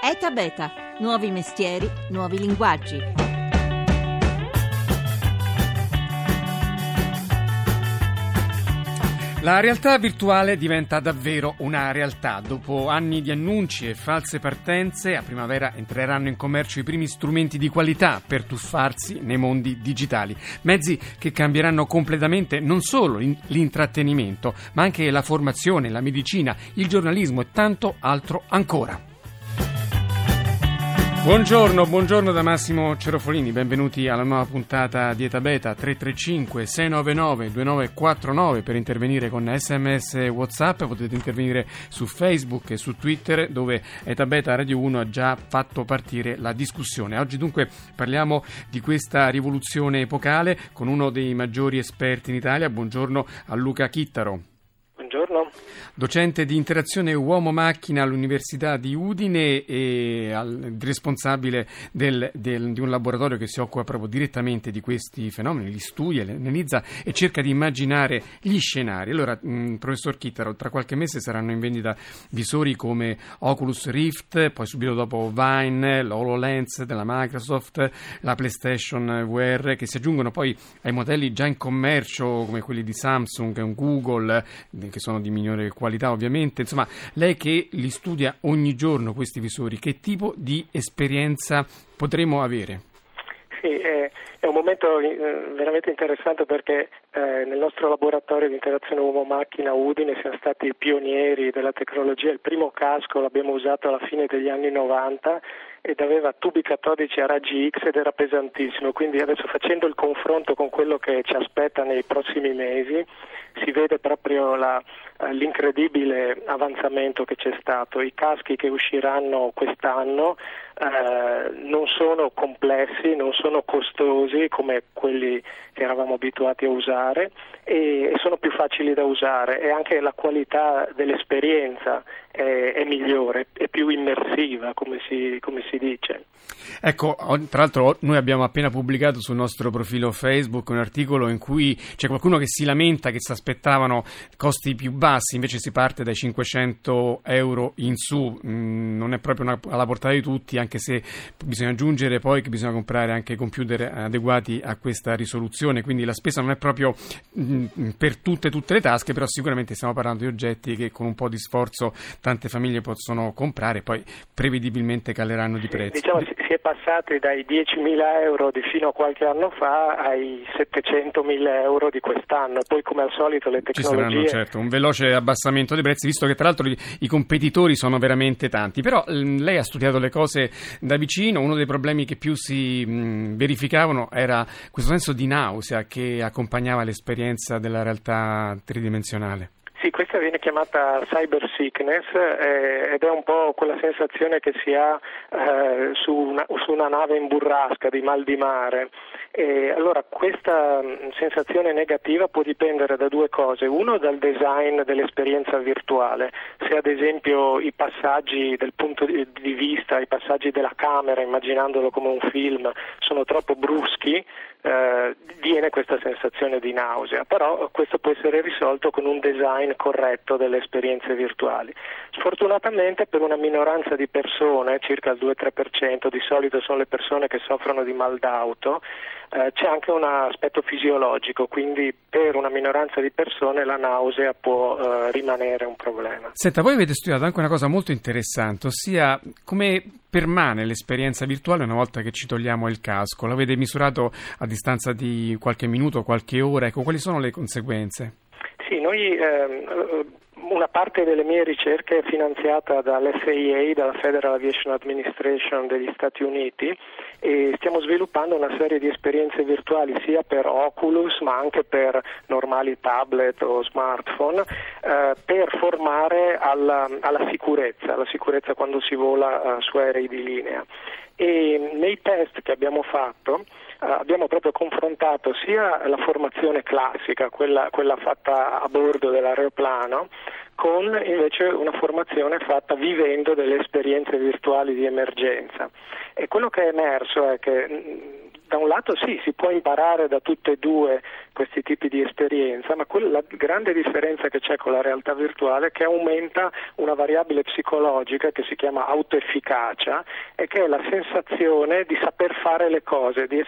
ETA Beta, nuovi mestieri, nuovi linguaggi. La realtà virtuale diventa davvero una realtà. Dopo anni di annunci e false partenze, a primavera entreranno in commercio i primi strumenti di qualità per tuffarsi nei mondi digitali. Mezzi che cambieranno completamente non solo l'intrattenimento, ma anche la formazione, la medicina, il giornalismo e tanto altro ancora. Buongiorno da Massimo Cerofolini, benvenuti alla nuova puntata di ETA Beta. 335 699 2949 per intervenire con SMS WhatsApp, potete intervenire su Facebook e su Twitter, dove ETA Beta Radio 1 ha già fatto partire la discussione. Oggi dunque parliamo di questa rivoluzione epocale con uno dei maggiori esperti in Italia. Buongiorno a Luca Chittaro. Buongiorno. Docente di interazione uomo-macchina all'Università di Udine e responsabile di un laboratorio che si occupa proprio direttamente di questi fenomeni, li studia, li analizza e cerca di immaginare gli scenari. Allora, professor Chittaro, tra qualche mese saranno in vendita visori come Oculus Rift, poi subito dopo Vine, l'HoloLens della Microsoft, la PlayStation VR, che si aggiungono poi ai modelli già in commercio come quelli di Samsung e Google, che sono di migliore qualità ovviamente. Insomma, lei che li studia ogni giorno questi visori, che tipo di esperienza potremo avere? Sì, è un momento veramente interessante perché nel nostro laboratorio di interazione uomo-macchina Udine siamo stati pionieri della tecnologia. Il primo casco l'abbiamo usato alla fine degli anni 90 ed aveva tubi catodici a raggi X ed era pesantissimo, quindi adesso facendo il confronto con quello che ci aspetta nei prossimi mesi si vede proprio l'incredibile avanzamento che c'è stato. I caschi che usciranno quest'anno non sono complessi, non sono costosi come quelli che eravamo abituati a usare e sono più facili da usare, e anche la qualità dell'esperienza è migliore, è più immersiva, come si dice. Ecco, tra l'altro noi abbiamo appena pubblicato sul nostro profilo Facebook un articolo in cui c'è qualcuno che si lamenta che si aspettavano costi più bassi, invece si parte dai 500 euro in su. Non è proprio alla portata di tutti, anche se bisogna aggiungere poi che bisogna comprare anche computer adeguati a questa risoluzione, quindi la spesa non è proprio per tutte le tasche, però sicuramente stiamo parlando di oggetti che con un po' di sforzo tante famiglie possono comprare e poi prevedibilmente caleranno di prezzo. Diciamo si è passati dai 10.000 euro di fino a qualche anno fa ai 700.000 euro di quest'anno, e poi come al solito le tecnologie... Ci saranno certo un veloce abbassamento dei prezzi, visto che tra l'altro i competitori sono veramente tanti. Però lei ha studiato le cose da vicino. Uno dei problemi che più si verificavano era questo senso di nausea che accompagnava l'esperienza della realtà tridimensionale. Sì, questa viene chiamata cyber sickness ed è un po' quella sensazione che si ha su una nave in burrasca, di mal di mare. E allora questa sensazione negativa può dipendere da due cose: uno, dal design dell'esperienza virtuale, se ad esempio i passaggi del punto di vista, i passaggi della camera, immaginandolo come un film, sono troppo bruschi, viene questa sensazione di nausea. Però questo può essere risolto con un design corretto delle esperienze virtuali. Sfortunatamente per una minoranza di persone, circa il 2-3%, di solito sono le persone che soffrono di mal d'auto, c'è anche un aspetto fisiologico, quindi per una minoranza di persone la nausea può rimanere un problema. Senta, voi avete studiato anche una cosa molto interessante, ossia come permane l'esperienza virtuale una volta che ci togliamo il casco. L'avete misurato a distanza di qualche minuto, qualche ora. Ecco, quali sono le conseguenze? Sì, noi una parte delle mie ricerche è finanziata dall'FAA, dalla Federal Aviation Administration degli Stati Uniti, e stiamo sviluppando una serie di esperienze virtuali sia per Oculus ma anche per normali tablet o smartphone, per formare alla sicurezza quando si vola su aerei di linea. E nei test che abbiamo fatto abbiamo proprio confrontato sia la formazione classica, quella fatta a bordo dell'aeroplano, con invece una formazione fatta vivendo delle esperienze virtuali di emergenza. E quello che è emerso è che da un lato sì, si può imparare da tutte e due questi tipi di esperienza, ma la grande differenza che c'è con la realtà virtuale è che aumenta una variabile psicologica che si chiama autoefficacia e che è la sensazione di saper fare le cose, di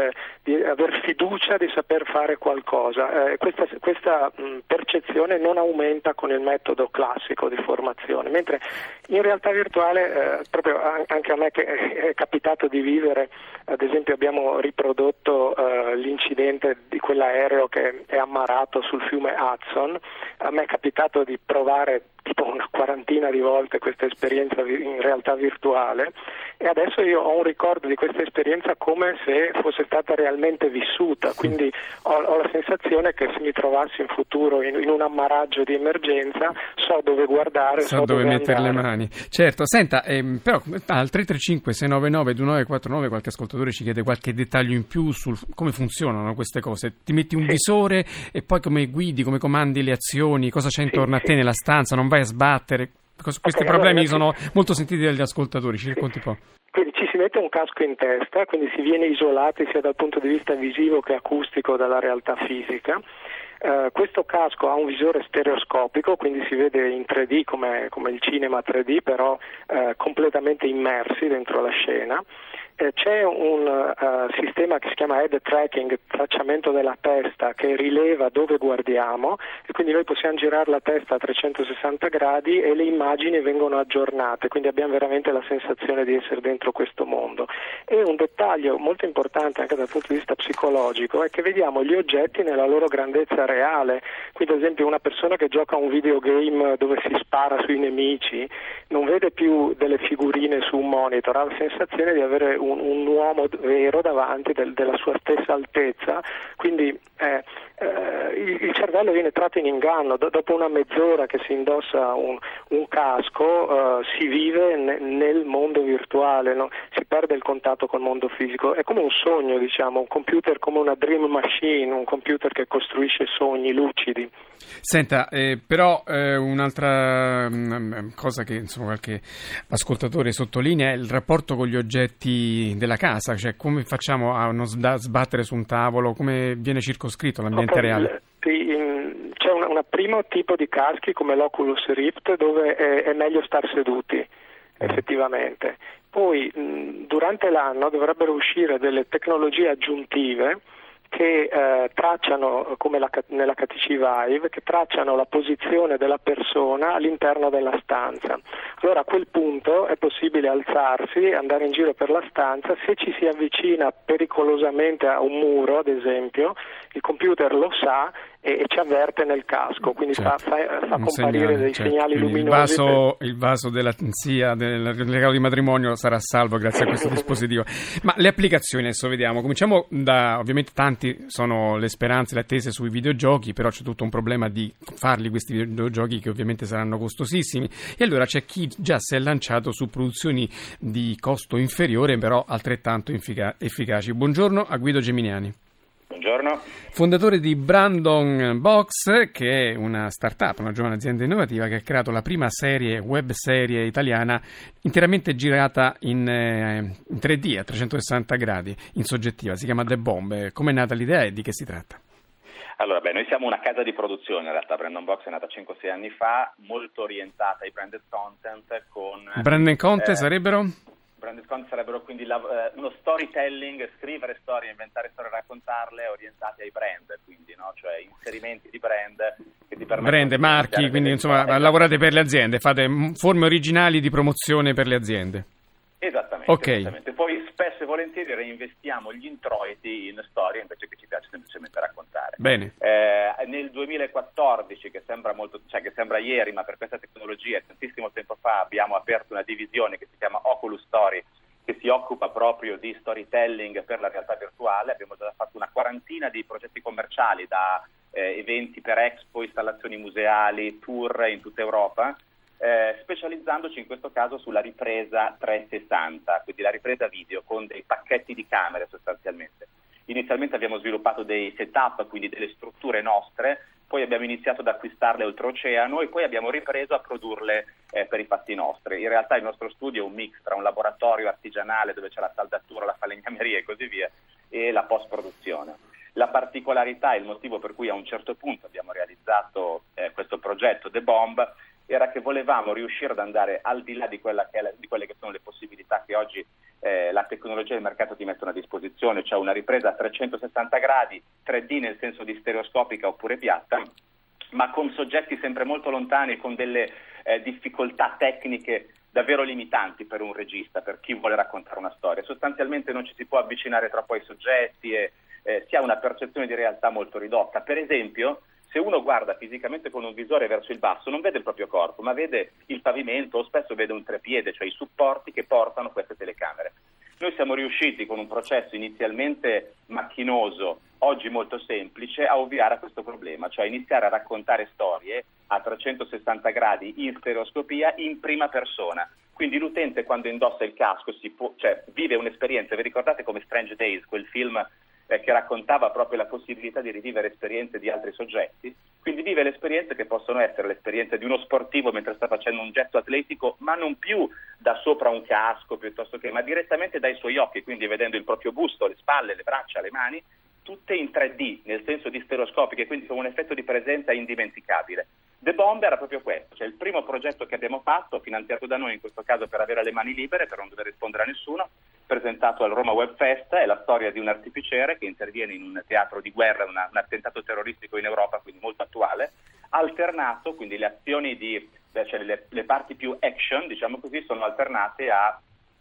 aver fiducia di saper fare qualcosa. Questa percezione non aumenta con il metodo classico di formazione, mentre in realtà virtuale proprio anche a me che è capitato di vivere, ad esempio abbiamo riprodotto l'incidente di quell'aereo che è ammarato sul fiume Hudson. A me è capitato di provare tipo una quarantina di volte questa esperienza in realtà virtuale e adesso io ho un ricordo di questa esperienza come se fosse stata realmente vissuta, quindi ho la sensazione che se mi trovassi in futuro in un ammaraggio di emergenza so dove guardare, so dove mettere le mani. Certo, senta, però al 335-699-2949 qualche ascoltatore ci chiede qualche dettaglio in più su come funzionano queste cose. Ti metti un visore e poi come guidi, come comandi le azioni, cosa c'è intorno a te nella stanza, non vai a sbattere. Questi problemi sono molto sentiti dagli ascoltatori, ci racconti un po'. Quindi ci si mette un casco in testa, quindi si viene isolati sia dal punto di vista visivo che acustico dalla realtà fisica. Questo casco ha un visore stereoscopico, quindi si vede in 3D come il cinema 3D, però completamente immersi dentro la scena. C'è un sistema che si chiama head tracking, tracciamento della testa, che rileva dove guardiamo e quindi noi possiamo girare la testa a 360 gradi e le immagini vengono aggiornate, quindi abbiamo veramente la sensazione di essere dentro questo mondo. E un dettaglio molto importante anche dal punto di vista psicologico è che vediamo gli oggetti nella loro grandezza reale, quindi ad esempio una persona che gioca a un videogame dove si spara sui nemici non vede più delle figurine su un monitor, ha la sensazione di avere un uomo vero davanti della sua stessa altezza, quindi il cervello viene tratto in inganno. Dopo una mezz'ora che si indossa un casco si vive nel mondo virtuale, no? Si perde il contatto col mondo fisico, è come un sogno, diciamo, un computer come una dream machine, un computer che costruisce sogni lucidi. Senta, però un'altra cosa che insomma qualche ascoltatore sottolinea è il rapporto con gli oggetti della casa, cioè come facciamo a non sbattere su un tavolo, come viene circoscritto l'ambiente reale? C'è un primo tipo di caschi come l'Oculus Rift dove è meglio star seduti effettivamente. Poi durante l'anno dovrebbero uscire delle tecnologie aggiuntive che tracciano, come nella HTC Vive, che tracciano la posizione della persona all'interno della stanza. Allora a quel punto è possibile alzarsi, andare in giro per la stanza, se ci si avvicina pericolosamente a un muro, ad esempio, il computer lo sa e ci avverte nel casco, quindi fa comparire dei segnali luminosi. Il vaso della zia, del regalo di matrimonio sarà salvo grazie a questo dispositivo. Ma le applicazioni adesso vediamo, cominciamo da, ovviamente tanti sono le speranze, le attese sui videogiochi, però c'è tutto un problema di farli questi videogiochi che ovviamente saranno costosissimi e allora c'è chi già si è lanciato su produzioni di costo inferiore però altrettanto efficaci. Buongiorno a Guido Geminiani. Buongiorno. Fondatore di Brandon Box, che è una startup, una giovane azienda innovativa che ha creato la prima web serie italiana interamente girata in 3D a 360 gradi, in soggettiva, si chiama The Bomb. Come è nata l'idea e di che si tratta? Allora, noi siamo una casa di produzione, in realtà Brandon Box è nata 5-6 anni fa, molto orientata ai branded content con... Branded content sarebbero? Branded content sarebbero quindi uno storytelling, scrivere storie, inventare storie, raccontarle orientate ai brand, quindi no? Cioè inserimenti di brand che ti permettono brand, marchi, quindi insomma lavorate per le aziende, fate forme originali di promozione per le aziende. Esattamente, okay. Esattamente. Poi spesso e volentieri reinvestiamo gli introiti in storie invece che ci piace semplicemente raccontare. Bene. Nel 2014, che sembra ieri, ma per questa tecnologia tantissimo tempo fa abbiamo aperto una divisione che si chiama Oculus Story, che si occupa proprio di storytelling per la realtà virtuale. Abbiamo già fatto una quarantina di progetti commerciali, da eventi per expo, installazioni museali, tour in tutta Europa, specializzandoci in questo caso sulla ripresa 360, quindi la ripresa video con dei pacchetti di camere sostanzialmente. Inizialmente abbiamo sviluppato dei setup, quindi delle strutture nostre, poi abbiamo iniziato ad acquistarle oltreoceano e poi abbiamo ripreso a produrle per i fatti nostri. In realtà il nostro studio è un mix tra un laboratorio artigianale dove c'è la saldatura, la falegnameria e così via, e la post-produzione. La particolarità e il motivo per cui a un certo punto abbiamo realizzato questo progetto The Bomb era che volevamo riuscire ad andare al di là di quelle che sono le possibilità che oggi la tecnologia del mercato ti mettono a disposizione, cioè una ripresa a 360 gradi, 3D nel senso di stereoscopica oppure piatta, ma con soggetti sempre molto lontani, con delle difficoltà tecniche davvero limitanti per un regista, per chi vuole raccontare una storia. Sostanzialmente non ci si può avvicinare troppo ai soggetti e si ha una percezione di realtà molto ridotta. Per esempio, se uno guarda fisicamente con un visore verso il basso non vede il proprio corpo, ma vede il pavimento o spesso vede un trepiede, cioè i supporti che portano queste telecamere. Noi siamo riusciti con un processo inizialmente macchinoso, oggi molto semplice, a ovviare a questo problema, cioè iniziare a raccontare storie a 360 gradi in stereoscopia in prima persona. Quindi l'utente quando indossa il casco vive un'esperienza. Vi ricordate come Strange Days, quel film che raccontava proprio la possibilità di rivivere esperienze di altri soggetti? Quindi vive le esperienze che possono essere l'esperienza di uno sportivo mentre sta facendo un gesto atletico, ma non più da sopra un casco piuttosto che, ma direttamente dai suoi occhi, quindi vedendo il proprio busto, le spalle, le braccia, le mani, tutte in 3D, nel senso di stereoscopiche, quindi con un effetto di presenza indimenticabile. The Bomb era proprio questo, cioè il primo progetto che abbiamo fatto, finanziato da noi in questo caso per avere le mani libere, per non dover rispondere a nessuno, presentato al Roma Web Fest, è la storia di un artificiere che interviene in un teatro di guerra, un attentato terroristico in Europa, quindi molto attuale, alternato, quindi le azioni cioè le parti più action, diciamo così, sono alternate a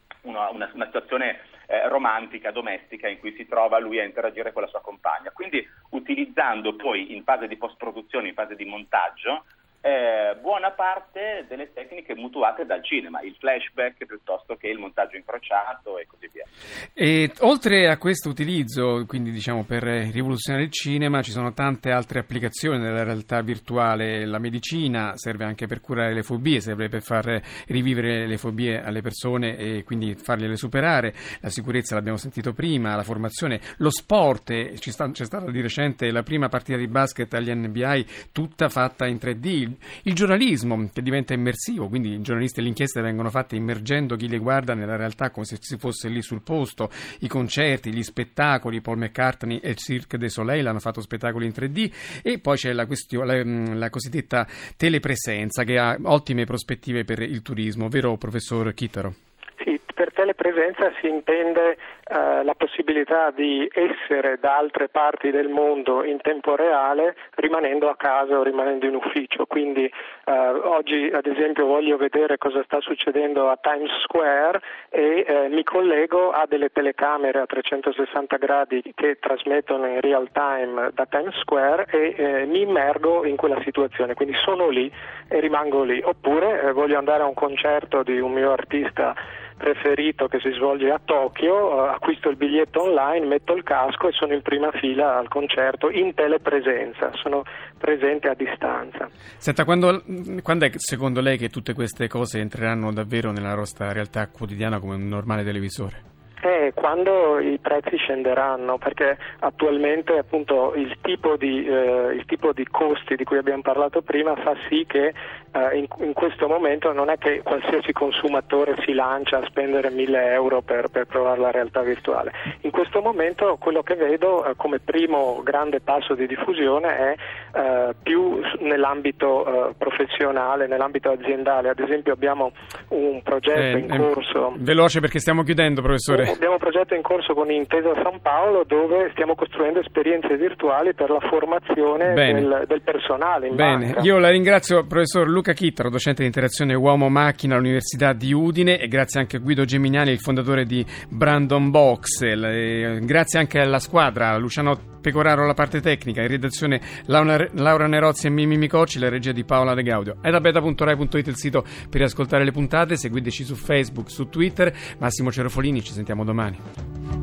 una situazione romantica, domestica, in cui si trova lui a interagire con la sua compagna. Quindi utilizzando poi in fase di post-produzione, in fase di montaggio, buona parte delle tecniche mutuate dal cinema, il flashback piuttosto che il montaggio incrociato e così via. E oltre a questo utilizzo, quindi diciamo per rivoluzionare il cinema, ci sono tante altre applicazioni della realtà virtuale. La medicina serve anche per curare le fobie, serve per far rivivere le fobie alle persone e quindi fargliele superare. La sicurezza l'abbiamo sentito prima, la formazione, lo sport, c'è stata di recente la prima partita di basket agli NBA tutta fatta in 3D. Il giornalismo che diventa immersivo, quindi i giornalisti e le inchieste vengono fatte immergendo chi le guarda nella realtà come se si fosse lì sul posto. I concerti, gli spettacoli, Paul McCartney e il Cirque du Soleil hanno fatto spettacoli in 3D e poi c'è la cosiddetta telepresenza che ha ottime prospettive per il turismo, vero professor Chittaro? Sì, per telepresenza si intende la possibilità di essere da altre parti del mondo in tempo reale rimanendo a casa o rimanendo in ufficio. Quindi oggi ad esempio voglio vedere cosa sta succedendo a Times Square e mi collego a delle telecamere a 360 gradi che trasmettono in real time da Times Square e mi immergo in quella situazione, quindi sono lì e rimango lì. Oppure voglio andare a un concerto di un mio artista preferito che si svolge a Tokyo, acquisto il biglietto online, metto il casco e sono in prima fila al concerto in telepresenza, sono presente a distanza. Senta, quando è secondo lei che tutte queste cose entreranno davvero nella nostra realtà quotidiana come un normale televisore? Quando i prezzi scenderanno, perché attualmente appunto il tipo di costi di cui abbiamo parlato prima fa sì che in questo momento non è che qualsiasi consumatore si lancia a spendere 1.000 euro per provare la realtà virtuale. In questo momento quello che vedo come primo grande passo di diffusione è più nell'ambito professionale, nell'ambito aziendale. Ad esempio abbiamo un progetto in corso. Veloce perché stiamo chiudendo, professore. Abbiamo un progetto in corso con Intesa San Paolo dove stiamo costruendo esperienze virtuali per la formazione del personale in banca. Io la ringrazio, professor Luca Chittaro, docente di interazione uomo-macchina all'Università di Udine, e grazie anche a Guido Geminiani, il fondatore di Brandon Box. Grazie anche alla squadra, Luciano Pecoraro alla parte tecnica, in redazione Laura Nerozzi e Mimmi Micocci, la regia di Paola De Gaudio. Edabeta.rai.it il sito per ascoltare le puntate, seguiteci su Facebook, su Twitter. Massimo Cerofolini, ci sentiamo domani.